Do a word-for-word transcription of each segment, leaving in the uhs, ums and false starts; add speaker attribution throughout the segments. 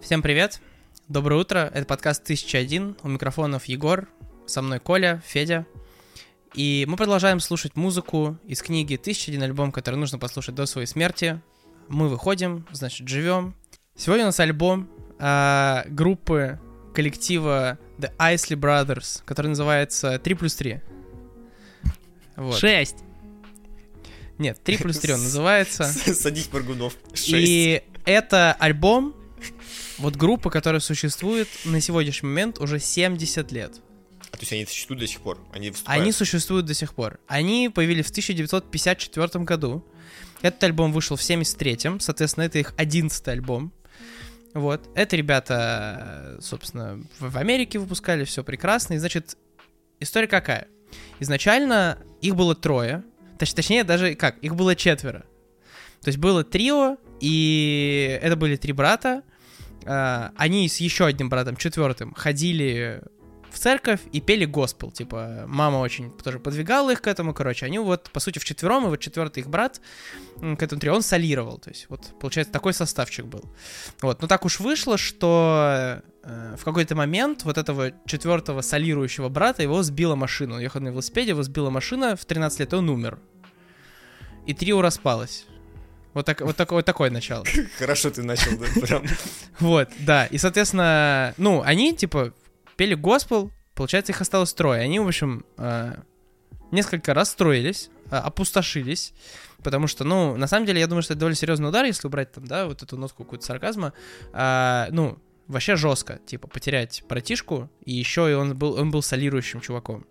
Speaker 1: Всем привет, доброе утро, это подкаст тысяча один, у микрофонов Егор, со мной Коля, Федя. И мы продолжаем слушать музыку из книги «тысяча один альбом, который нужно послушать до своей смерти». Мы выходим, значит, живем. Сегодня у нас альбом э, группы, коллектива The Isley Brothers, который называется три плюс три. Вот.
Speaker 2: шесть.
Speaker 1: Нет, три плюс три он называется.
Speaker 3: Садись, Маргунов.
Speaker 1: И это альбом вот группы, которая существует на сегодняшний момент уже семьдесят лет.
Speaker 3: А то есть они существуют до сих пор? Они выступают?
Speaker 1: Они существуют до сих пор. Они появились в тысяча девятьсот пятьдесят четвёртом году. Этот альбом вышел в семьдесят третьем, соответственно, это их одиннадцатый альбом. Вот. Это ребята, собственно, в Америке выпускали, все прекрасно. И, значит, история какая? Изначально их было трое. Точ- точнее, даже как? Их было четверо. То есть было трио, и это были три брата. Они с еще одним братом, четвертым, ходили в церковь и пели госпел. Типа, мама очень тоже подвигала их к этому, короче. Они вот, по сути, вчетвером, и вот четвертый их брат к этому трио, он солировал. То есть, вот, получается, такой составчик был. Вот, но так уж вышло, что э, в какой-то момент вот этого четвертого солирующего брата его сбила машина. Он ехал на велосипеде, его сбила машина в тринадцать лет, и он умер. И трио распалось. Вот, так, вот, такое, вот такое начало.
Speaker 3: Хорошо ты начал, да, прям.
Speaker 1: Вот, да, и, соответственно, ну, они, типа, пели госпел, получается, их осталось трое. Они, в общем, несколько раз строились, опустошились, потому что, ну, на самом деле, я думаю, что это довольно серьезный удар, если убрать там, да, вот эту нотку какую-то сарказма. Ну, вообще жестко, типа, потерять братишку, и еще и он был, он был солирующим чуваком.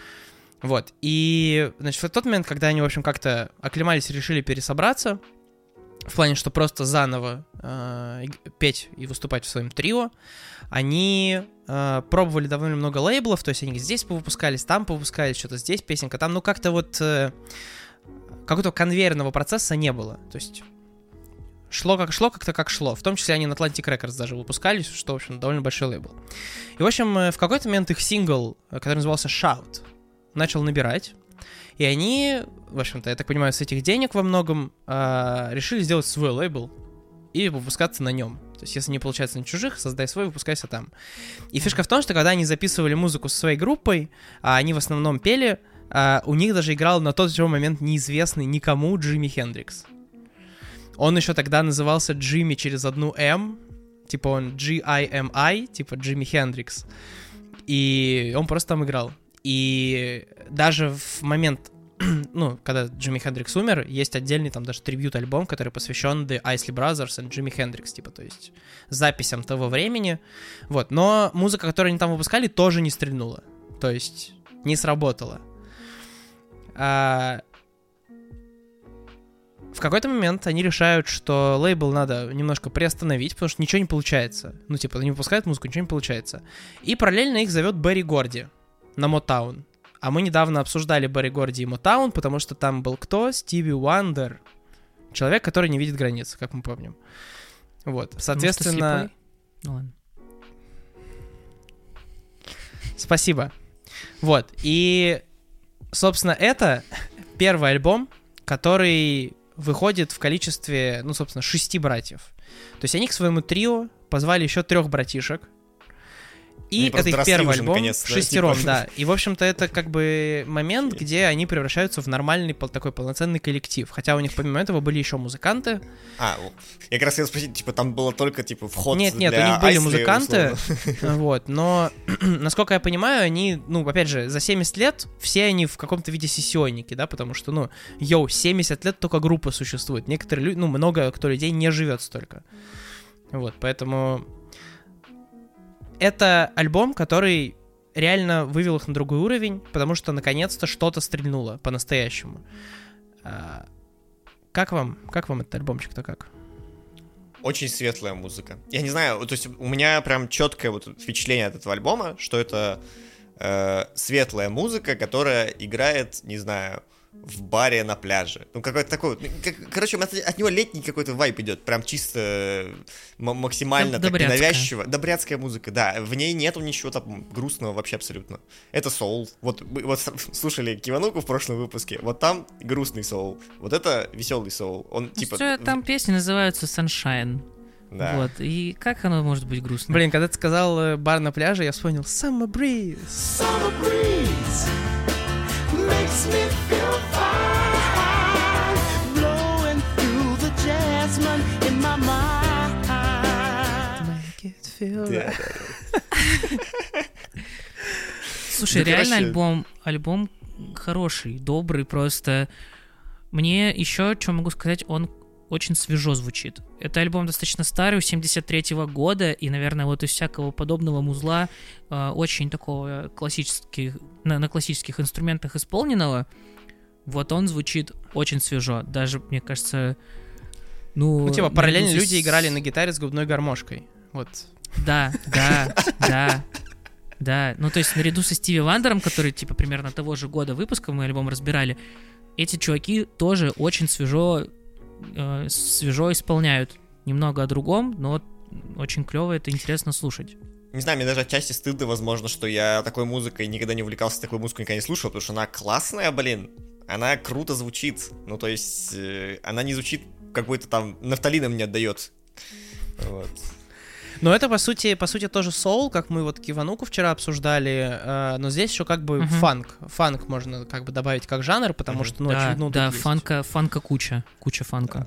Speaker 1: Вот, и, значит, в тот момент, когда они, в общем, как-то оклемались и решили пересобраться, в плане, что просто заново э, петь и выступать в своем трио, они э, пробовали довольно много лейблов, то есть они здесь повыпускались, там повыпускались, что-то здесь песенка, там, ну, как-то вот э, какого-то конвейерного процесса не было, то есть шло как шло, как-то как шло, в том числе они на Atlantic Records даже выпускались, что, в общем, довольно большой лейбл. И, в общем, в какой-то момент их сингл, который назывался Shout, начал набирать, и они, в общем-то, я так понимаю, с этих денег во многом э, решили сделать свой лейбл и выпускаться на нем. То есть, если не получается на чужих, создай свой, выпускайся там. И фишка в том, что когда они записывали музыку со своей группой, а они в основном пели, э, у них даже играл на тот же момент неизвестный никому Джимми Хендрикс. Он еще тогда назывался Джимми через одну М, типа он джи ай эм ай, типа Джимми Хендрикс. И он просто там играл. И даже в момент, ну, когда Джимми Хендрикс умер, есть отдельный там даже трибьют-альбом, который посвящен The Isley Brothers and Jimi Hendrix, типа, то есть записям того времени. Вот, но музыка, которую они там выпускали, тоже не стрельнула. То есть не сработала. А... В какой-то момент они решают, что лейбл надо немножко приостановить, потому что ничего не получается. Ну, типа, они выпускают музыку, ничего не получается. И параллельно их зовет Берри Горди на Motown. А мы недавно обсуждали Берри Горди и Motown, потому что там был кто? Стиви Уандер. Человек, который не видит границ, как мы помним. Вот, соответственно...
Speaker 2: Ну ладно.
Speaker 1: Спасибо. Вот, и, собственно, это первый альбом, который выходит в количестве, ну, собственно, шести братьев. То есть они к своему трио позвали еще трех братишек. И
Speaker 3: они
Speaker 1: это их первый альбом,
Speaker 3: наконец, да,
Speaker 1: шестером,
Speaker 3: типа...
Speaker 1: да. И, в общем-то, это как бы момент, где они превращаются в нормальный такой полноценный коллектив. Хотя у них помимо этого были еще музыканты.
Speaker 3: А, я как раз хотел спросить, типа, там было только, типа, вход
Speaker 1: нет,
Speaker 3: для
Speaker 1: Нет, нет, у них были
Speaker 3: Isley,
Speaker 1: музыканты,
Speaker 3: условно.
Speaker 1: вот, но, насколько я понимаю, они, ну, опять же, за семьдесят лет все они в каком-то виде сессионники, да, потому что, ну, йоу, семьдесят лет только группа существует. Некоторые люди, ну, много кто людей не живет столько. Вот, поэтому... Это альбом, который реально вывел их на другой уровень, потому что наконец-то что-то стрельнуло по-настоящему. А, как вам? Как вам этот альбомчик-то как?
Speaker 3: Очень светлая музыка. Я не знаю, то есть у меня прям четкое вот впечатление от этого альбома, что это э, светлая музыка, которая играет, не знаю, в баре на пляже. Ну, какой-то такой... Как, короче, от, от него летний какой-то вайп идет. Прям чисто м- максимально так ненавязчиво. Добряцкая музыка, да. В ней нету ничего там грустного вообще абсолютно. Это соул. Вот, вот слушали Кивануку в прошлом выпуске. Вот там грустный соул. Вот это веселый соул. Он типа...
Speaker 2: Что, там песни называются Sunshine.
Speaker 3: Да.
Speaker 2: Вот, и как оно может быть грустно?
Speaker 1: Блин, когда ты сказал э, бар на пляже, я вспомнил Summer Breeze.
Speaker 4: Summer breeze makes me feel fine, blowing through the jasmine in my mind.
Speaker 1: Make it feel
Speaker 3: Да,
Speaker 1: right.
Speaker 3: да,
Speaker 2: Слушай,
Speaker 3: Да,
Speaker 2: реально
Speaker 3: короче-
Speaker 2: альбом, альбом хороший, добрый, просто. Мне еще, что могу сказать, он очень свежо звучит. Это альбом достаточно старый, семьдесят третьего года, и, наверное, вот из всякого подобного музла, э, очень такого классических, на, на классических инструментах исполненного, вот он звучит очень свежо. Даже, мне кажется, ну...
Speaker 1: Ну, типа,
Speaker 2: наряду
Speaker 1: параллельно
Speaker 2: с-
Speaker 1: люди играли на гитаре с губной гармошкой. Вот.
Speaker 2: Да, да, да. Да, ну то есть наряду со Стиви Вандером, который типа примерно того же года выпуска, мы альбом разбирали, эти чуваки тоже очень свежо, э, свежо исполняют. Немного о другом, но очень клево, это интересно слушать.
Speaker 3: Не знаю, мне даже отчасти стыдно, возможно, что я такой музыкой никогда не увлекался, такой музыку никогда не слушал, потому что она классная, блин. Она круто звучит. Ну, то есть, э, она не звучит какой-то там нафталином не отдает. Вот.
Speaker 1: Но это, по сути, по сути, тоже соул, как мы вот Кивануку вчера обсуждали, э, но здесь еще как бы
Speaker 2: Мгм.
Speaker 1: фанк. Фанк можно как бы добавить как жанр, потому
Speaker 3: Мгм.
Speaker 1: что, ну,
Speaker 2: да,
Speaker 1: очевидно, он
Speaker 2: да,
Speaker 1: тут есть.
Speaker 2: фанка, фанка куча, куча фанка.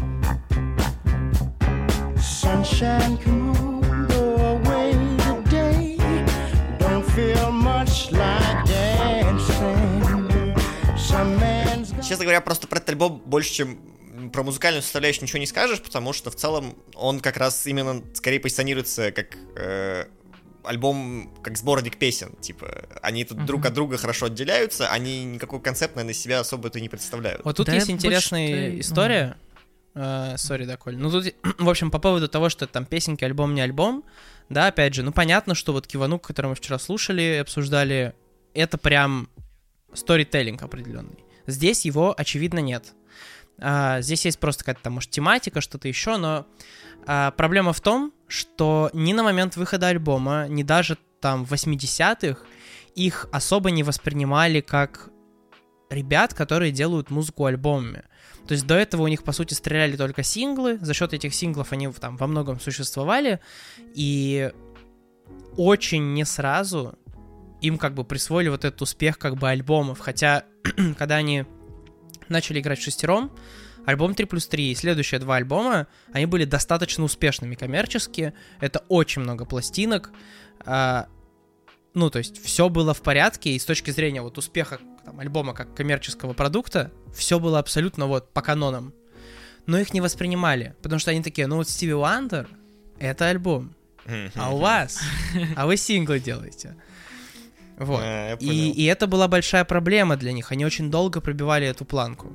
Speaker 4: Sunshine, come on, go away today. Don't feel much like dancing. Some man's got
Speaker 3: Честно говоря, просто про этот альбом больше, чем про музыкальную составляющую ничего не скажешь, потому что в целом он как раз именно скорее позиционируется как э, альбом, как сборник песен. Типа, они тут
Speaker 2: Мгм.
Speaker 3: друг от друга хорошо отделяются, они никакой концепт, наверное, себя особо-то не представляют.
Speaker 1: Вот тут
Speaker 2: Да,
Speaker 1: есть
Speaker 2: больше
Speaker 1: интересная
Speaker 2: ты-
Speaker 1: история. Э, Сори, да, Коль. Ну, тут, в общем, по поводу того, что там песенки, альбом, не альбом, да, опять же, ну, понятно, что вот Киванук, который мы вчера слушали, обсуждали, это прям сторителлинг определенный. Здесь его, очевидно, нет. А, здесь есть просто какая-то там, может, тематика, что-то еще, но а, проблема в том, что ни на момент выхода альбома, ни даже там в восьмидесятых их особо не воспринимали как ребят, которые делают музыку альбомами. То есть до этого у них, по сути, стреляли только синглы, за счет этих синглов они там во многом существовали, и очень не сразу им как бы присвоили вот этот успех как бы альбомов, хотя когда они начали играть в шестером, альбом три плюс три и следующие два альбома, они были достаточно успешными коммерчески, это очень много пластинок, а, ну, то есть все было в порядке, и с точки зрения вот успеха там, альбома как коммерческого продукта, все было абсолютно вот по канонам, но их не воспринимали, потому что они такие, ну вот Стиви Уандер — это альбом, а у вас, а вы синглы делаете. Вот.
Speaker 3: А, я
Speaker 1: И,
Speaker 3: понял.
Speaker 1: и это была большая проблема для них. Они очень долго пробивали эту планку.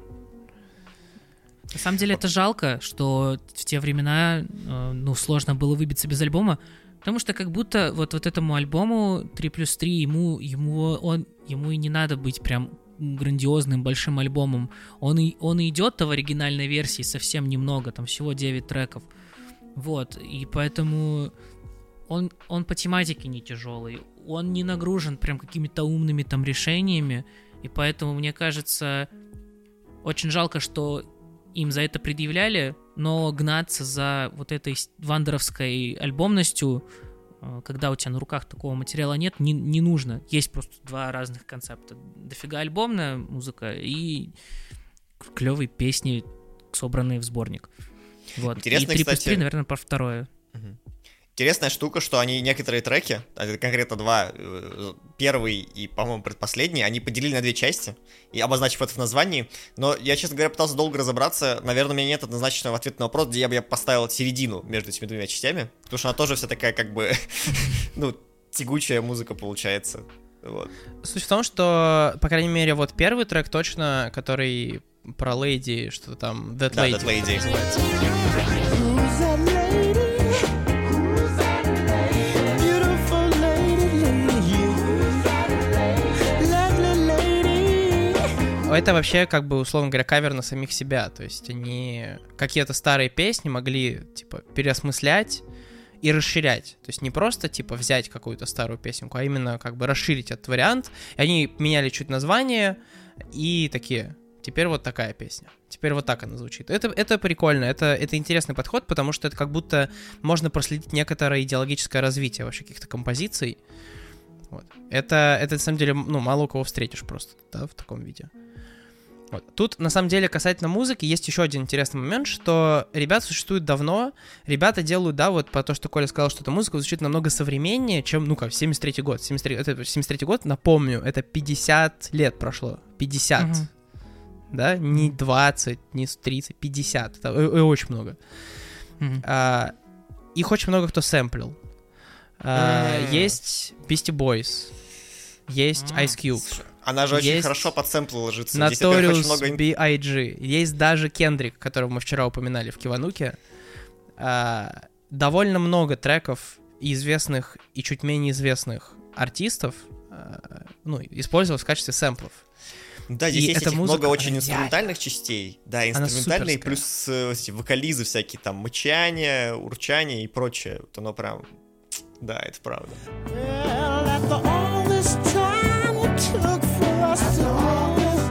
Speaker 2: На самом деле это жалко, что в те времена, э, ну, сложно было выбиться без альбома, потому что как будто вот, вот этому альбому три плюс три, ему, ему, он, ему и не надо быть прям грандиозным большим альбомом. Он и, он и идет-то в оригинальной версии совсем немного, там всего девять треков. Вот, и поэтому он, он по тематике не тяжелый, он не нагружен прям какими-то умными там решениями, и поэтому, мне кажется, очень жалко, что им за это предъявляли, но гнаться за вот этой с- вандеровской альбомностью, э, когда у тебя на руках такого материала нет, не, не нужно. Есть просто два разных концепта. Дофига альбомная музыка и клевые песни, собранные в сборник. Вот.
Speaker 3: Интересно,
Speaker 2: и три плюс
Speaker 3: кстати-
Speaker 2: три, наверное, про второе.
Speaker 3: Интересная штука, что они некоторые треки, а это конкретно два, э, первый и, по-моему, предпоследний, они поделили на две части, и обозначив это в названии. Но я, честно говоря, пытался долго разобраться. Наверное, у меня нет однозначного ответа на вопрос, где я бы я поставил середину между этими двумя частями, потому что она тоже вся такая, как бы, ну, тягучая музыка получается. Вот.
Speaker 1: Суть в том, что, по крайней мере, вот первый трек точно, который про леди, что там, That
Speaker 3: Да,
Speaker 1: Lady.
Speaker 3: That Lady.
Speaker 1: называется.
Speaker 4: Who's that lady? Who's that lady? Beautiful lady, lady. Lovely lady.
Speaker 1: Это вообще, как бы, условно говоря, кавер на самих себя. То есть они какие-то старые песни могли, типа, переосмыслять и расширять. То есть не просто, типа, взять какую-то старую песенку, а именно, как бы, расширить этот вариант. И они меняли чуть название и такие, теперь вот такая песня. Теперь вот так она звучит. Это, это прикольно, это, это интересный подход, потому что это как будто можно проследить некоторое идеологическое развитие вообще каких-то композиций. Вот. Это, это, на самом деле, ну, мало у кого встретишь просто, да, в таком виде. Вот. Тут, на самом деле, касательно музыки, есть еще один интересный момент, что ребята существуют давно, ребята делают, да, вот по то, что Коля сказал, что эта музыка звучит намного современнее, чем, ну как, семьдесят третий год. семьдесят третий, это семьдесят третий год, напомню, это пятьдесят лет прошло. пятьдесят.
Speaker 2: Мгм.
Speaker 1: Да, не двадцать, не тридцать, пятьдесят. Это э- э- очень много.
Speaker 2: Мгм.
Speaker 1: А, их очень много кто сэмплил. А,
Speaker 3: М.
Speaker 1: Есть Beastie Boys, есть
Speaker 2: А.
Speaker 1: Ice Cube,
Speaker 3: Она же очень
Speaker 1: Есть
Speaker 3: хорошо под сэмплы ложится. Здесь, во-первых, очень
Speaker 1: Notorious
Speaker 3: много... ин-
Speaker 1: би ай джи. Есть даже Кендрик, которого мы вчера упоминали в Кивануке. А, довольно много треков и известных, и чуть менее известных артистов а, ну, использовалось в качестве сэмплов.
Speaker 3: Да, здесь
Speaker 1: И
Speaker 3: есть
Speaker 1: эта
Speaker 3: этих
Speaker 1: музыка,
Speaker 3: много очень
Speaker 1: она
Speaker 3: инструментальных частей. Да,
Speaker 1: Она
Speaker 3: инструментальные,
Speaker 1: суперская.
Speaker 3: плюс э, эти вокализы всякие, там, мычание, урчание и прочее. Вот оно прям... Да, это правда.
Speaker 4: Well, after all this time it took for us to move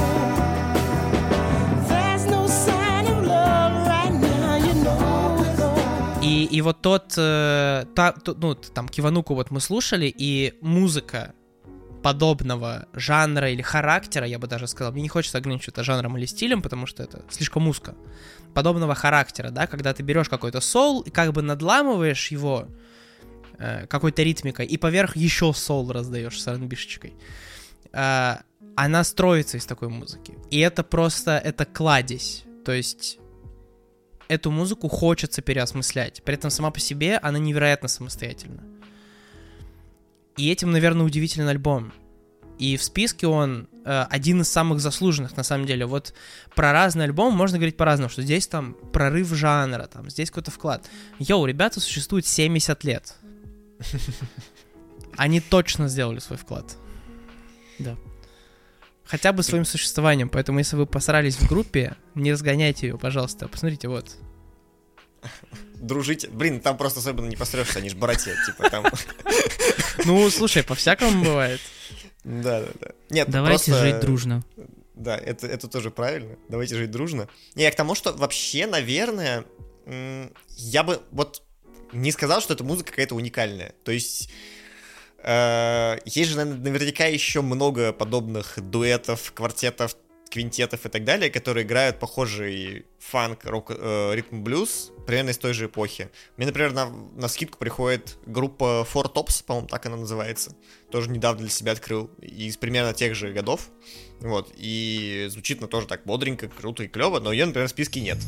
Speaker 4: on, there's no sign of love right now, you know.
Speaker 1: И, и вот тот, э, та- то- ну, т- там, Кивануку вот мы слушали, и музыка подобного жанра или характера, я бы даже сказал, мне не хочется ограничивать это жанром или стилем, потому что это слишком узко, подобного характера, да, когда ты берешь какой-то соул и как бы надламываешь его э, какой-то ритмикой, и поверх еще соул раздаешь с ар энд би-шечкой. Э, она строится из такой музыки. И это просто, это кладезь. То есть эту музыку хочется переосмыслять. При этом сама по себе она невероятно самостоятельна. И этим, наверное, удивителен альбом. И в списке он э, один из самых заслуженных, на самом деле. Вот про разные альбомы можно говорить по-разному, что здесь там прорыв жанра, там, здесь какой-то вклад. Йоу, ребята существуют семьдесят лет. Они точно сделали свой вклад.
Speaker 2: Да.
Speaker 1: Хотя бы своим существованием. Поэтому, если вы посрались в группе, не разгоняйте ее, пожалуйста. Посмотрите, вот.
Speaker 3: Дружите. Блин, там просто особенно не посрешься, они же братья, типа там...
Speaker 1: Ну, слушай, по-всякому бывает.
Speaker 3: Да, да, да. Нет,
Speaker 2: Давайте
Speaker 3: просто-
Speaker 2: жить дружно.
Speaker 3: Да, это, это тоже правильно. Давайте жить дружно. Не, я к тому, что вообще, наверное, м, я бы вот не сказал, что эта музыка какая-то уникальная. То есть э, есть же наверное, наверняка еще много подобных дуэтов, квартетов, квинтетов и так далее, которые играют похожий фанк, рок, э, ритм блюз, примерно из той же эпохи. Мне, например, на, на скидку приходит группа Four Tops, по-моему, так она называется. Тоже недавно для себя открыл. Из примерно тех же годов. Вот. И звучит она тоже так бодренько, круто и клево, но ее, например, в списке нет.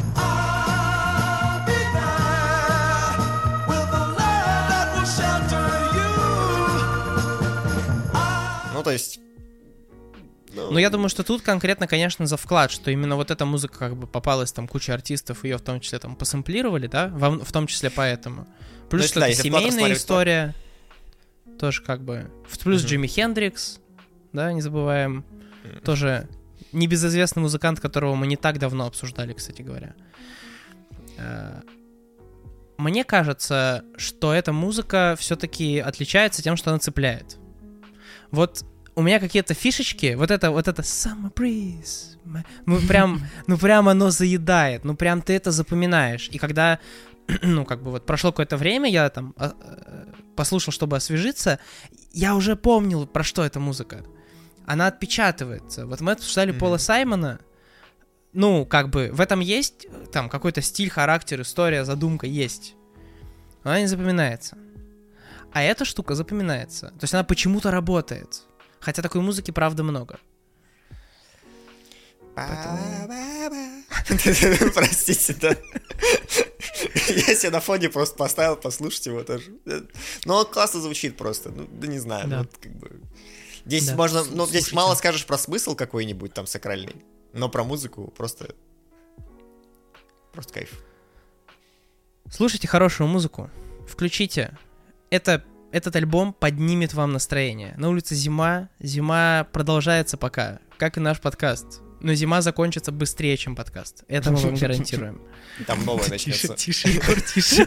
Speaker 3: Ну, то есть...
Speaker 1: Ну, я думаю, что тут конкретно, конечно, за вклад, что именно вот эта музыка как бы попалась, там куча артистов, ее в том числе там посэмплировали, да, в, в том числе поэтому. Плюс
Speaker 3: Ну, если-
Speaker 1: что
Speaker 3: да,
Speaker 1: это
Speaker 3: если вклад
Speaker 1: семейная
Speaker 3: рассматривать, то-
Speaker 1: история, тоже как бы. В- Плюс
Speaker 3: Мгм.
Speaker 1: Джимми Хендрикс, да, не забываем, тоже небезызвестный музыкант, которого мы не так давно обсуждали, кстати говоря. Э, Мне кажется, что эта музыка все-таки отличается тем, что она цепляет. Вот у меня какие-то фишечки, вот это, вот это Summer Breeze, ну прям, ну прям оно заедает, ну прям ты это запоминаешь. И когда, ну как бы вот прошло какое-то время, я там а, а, послушал, чтобы освежиться, я уже помнил, про что эта музыка. Она отпечатывается. Вот мы обсуждали
Speaker 3: Мгм.
Speaker 1: Пола Саймона, ну как бы в этом есть там какой-то стиль, характер, история, задумка есть. Но она не запоминается. А эта штука запоминается. То есть она почему-то работает. Хотя такой музыки, правда, много.
Speaker 3: Простите, да. Я себе на фоне просто поставил, послушать его тоже. Ну, он классно звучит просто. Ну, да не знаю.
Speaker 2: Да.
Speaker 3: Вот как бы... Здесь
Speaker 2: Да,
Speaker 3: можно...
Speaker 2: с-
Speaker 3: Ну, здесь
Speaker 2: слушайте.
Speaker 3: мало скажешь про смысл какой-нибудь там сакральный, но про музыку просто... Просто кайф.
Speaker 1: Слушайте хорошую музыку. Включите. Это, этот альбом поднимет вам настроение. На улице зима. Зима продолжается пока, как и наш подкаст. Но зима закончится быстрее, чем подкаст. Это мы вам гарантируем.
Speaker 3: Там новое начнется.
Speaker 1: тише, Егор, тише.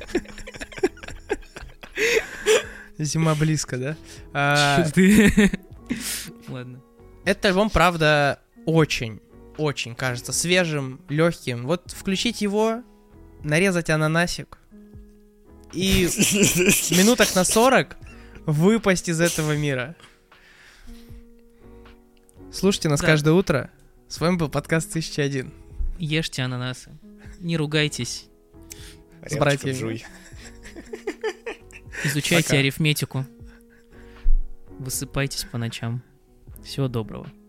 Speaker 1: Зима близко, да? А,
Speaker 2: Чё ты? Ладно.
Speaker 1: Этот альбом, правда, очень, очень кажется свежим, легким. Вот включить его, нарезать ананасик и минутах на сорок выпасть из этого мира. Слушайте нас
Speaker 2: Да.
Speaker 1: каждое утро. С вами был подкаст тысяча один.
Speaker 2: Ешьте ананасы. Не ругайтесь.
Speaker 3: Рябчиков
Speaker 1: братьями.
Speaker 3: жуй.
Speaker 2: Изучайте
Speaker 1: Пока.
Speaker 2: арифметику. Высыпайтесь по ночам. Всего доброго.